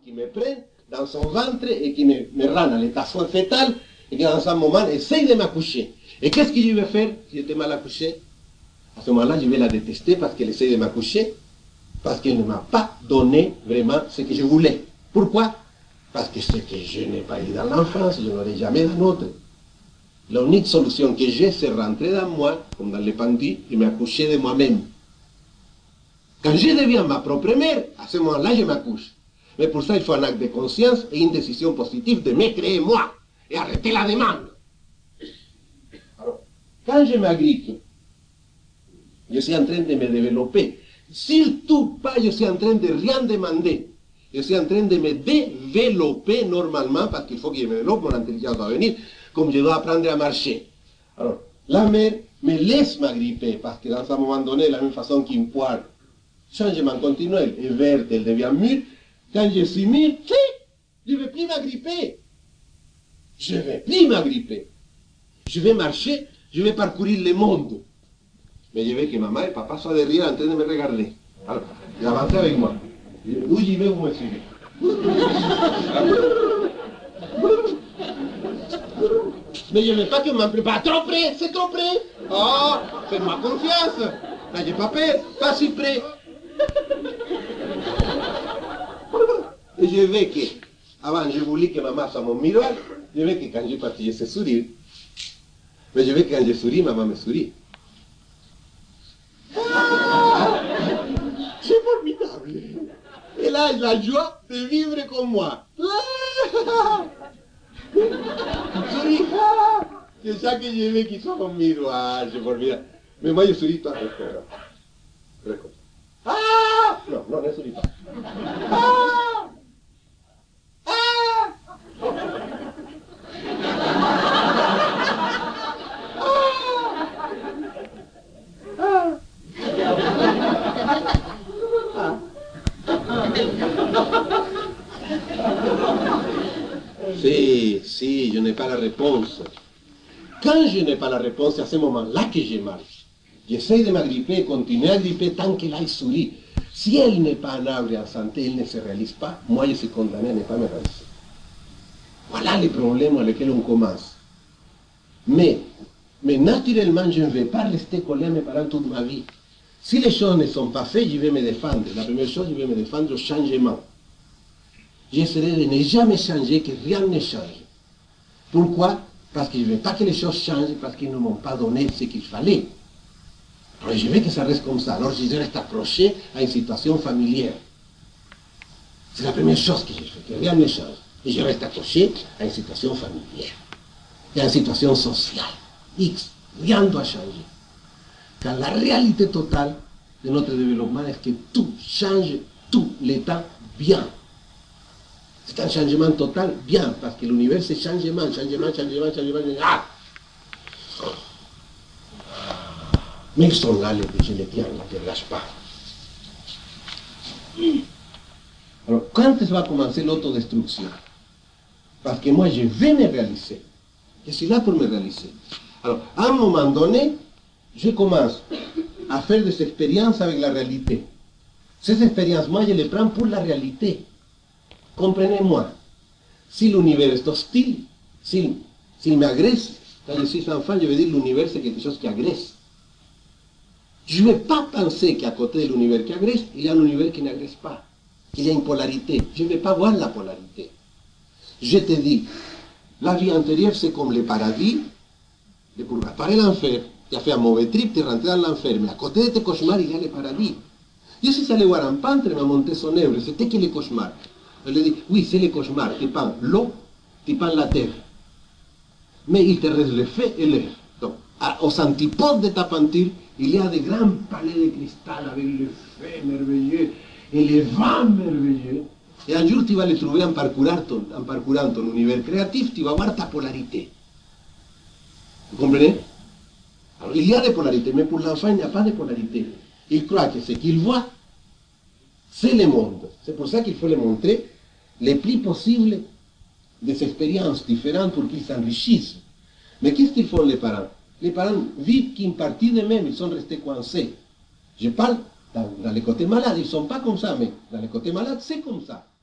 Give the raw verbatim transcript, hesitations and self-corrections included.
qui me prend dans son ventre et qui me, me rend à l'état fétal et qui dans un moment essaye de m'accoucher. Et qu'est-ce que je vais faire si j'étais mal accouché? À ce moment-là, je vais la détester parce qu'elle essaie de m'accoucher, parce qu'elle ne m'a pas donné vraiment ce que je voulais. Pourquoi? Parce que ce que je n'ai pas eu dans l'enfance, je n'aurai jamais dans l'autre. L'unique solution que j'ai, c'est rentrer dans moi, comme dans les pandis, et m'accoucher de moi-même. Quand je deviens ma propre mère, à ce moment-là, je m'accouche. Mais pour ça, il faut un acte de conscience et une décision positive de me créer moi et arrêter la demande. Alors, quand je m'agrippe, je suis en train de me développer. Surtout pas, je suis en train de rien demander. Je suis en train de me développer normalement, parce qu'il faut que je me développe, mon intelligence va venir, comme je dois apprendre à marcher. Alors, la mère me laisse m'agripper, parce que dans un moment donné, de la même façon qu'une poire, changement continuel, est verte, elle devient mûre. Quand je suis mûr, je ne vais plus m'agripper. Je ne vais plus m'agripper. Je vais marcher, je vais parcourir le monde. Mais je veux que maman et papa soient derrière en train de me regarder. Alors, avancez avec moi. Où j'y vais, vous me suivez. Mais je ne veux pas que maman prépare. Trop près, c'est trop près. Oh, faites-moi confiance. N'ayez pas peur, pas si près. Et je veux que, avant je voulais que maman soit mon miroir, je veux que quand je partis, je sais sourire. Mais je veux que quand je souris, maman me sourit. Ah, c'est formidable. Elle a la joie de vivre comme moi. Ah, souris. C'est ça que je veux qu'il soit mon miroir, c'est formidable. Mais moi je souris toi, comme ça. Ah! Non, non, ne souris pas. Ah! Ah! Ah! Ah! Si, si, je n'ai pas la réponse. Quand je n'ai pas la réponse, c'est à ce moment-là que je marche. J'essaie de m'agripper et continuer à gripper tant qu'elle aille sourit. Si elle n'est pas en arbre et en santé, elle ne se réalise pas, moi je suis condamné à ne pas me réaliser. Voilà les problèmes avec lesquels on commence. Mais, mais naturellement, je ne vais pas rester collé à mes parents toute ma vie. Si les choses ne sont pas faites, je vais me défendre. La première chose, je vais me défendre au changement. J'essaierai de ne jamais changer, que rien ne change. Pourquoi? Parce que je ne veux pas que les choses changent, parce qu'ils ne m'ont pas donné ce qu'il fallait. Alors je veux que ça reste comme ça. Alors je reste accroché à une situation familière. C'est la première chose que je fais, que rien ne change. Et je reste accroché à une situation familière. Et à une situation sociale. X. Rien ne doit changer. Car la réalité totale de notre développement est que tout change tout le temps bien. C'est un changement total bien, parce que l'univers c'est changement, changement, changement, changement, changement. Ah! Mais ils sont là, les péchés, les tiens, ne te lâche pas. Alors, quand va commencer l'autodestruction? Parce que moi, je vais me réaliser. Je suis là pour me réaliser. Alors, à un moment donné, je commence à faire des expériences avec la réalité. Ces expériences, moi, je les prends pour la réalité. Comprenez-moi. Si l'univers est hostile, s'il s'il m'agresse, quand je suis enfant, je vais dire l'univers c'est quelque chose qui agresse. Je ne vais pas penser qu'à côté de l'univers qui agresse, il y a un univers qui n'agresse pas, qu'il y a une polarité. Je ne vais pas voir la polarité. Je te dis, la vie antérieure c'est comme le paradis, le purgatoire et l'enfer. Tu as fait un mauvais trip, tu es rentré dans l'enfer, mais à côté de tes cauchemars, il y a le paradis. Je suis allé voir un peintre, il m'a monté son œuvre, c'était que les cauchemars. Je lui ai dit, oui, c'est les cauchemars, tu peins l'eau, tu peins la terre. Mais il te reste le feu et l'air. Donc, aux antipodes de ta peinture, il y a des grands palais de cristal avec le feu merveilleux et le vent merveilleux. Et un jour, tu vas les trouver en parcourant ton, en parcourant ton univers créatif, tu vas voir ta polarité. Vous comprenez? Alors, il y a des polarités, mais pour l'enfant, il n'y a pas de polarité. Il croit que ce qu'il voit, c'est le monde. C'est pour ça qu'il faut le montrer le plus possible des expériences différentes pour qu'ils s'enrichissent. Mais qu'est-ce qu'ils font les parents? Les parents vivent qu'une partie d'eux-mêmes, ils sont restés coincés. Je parle dans, dans les côtés malades, ils ne sont pas comme ça, mais dans les côtés malades, c'est comme ça.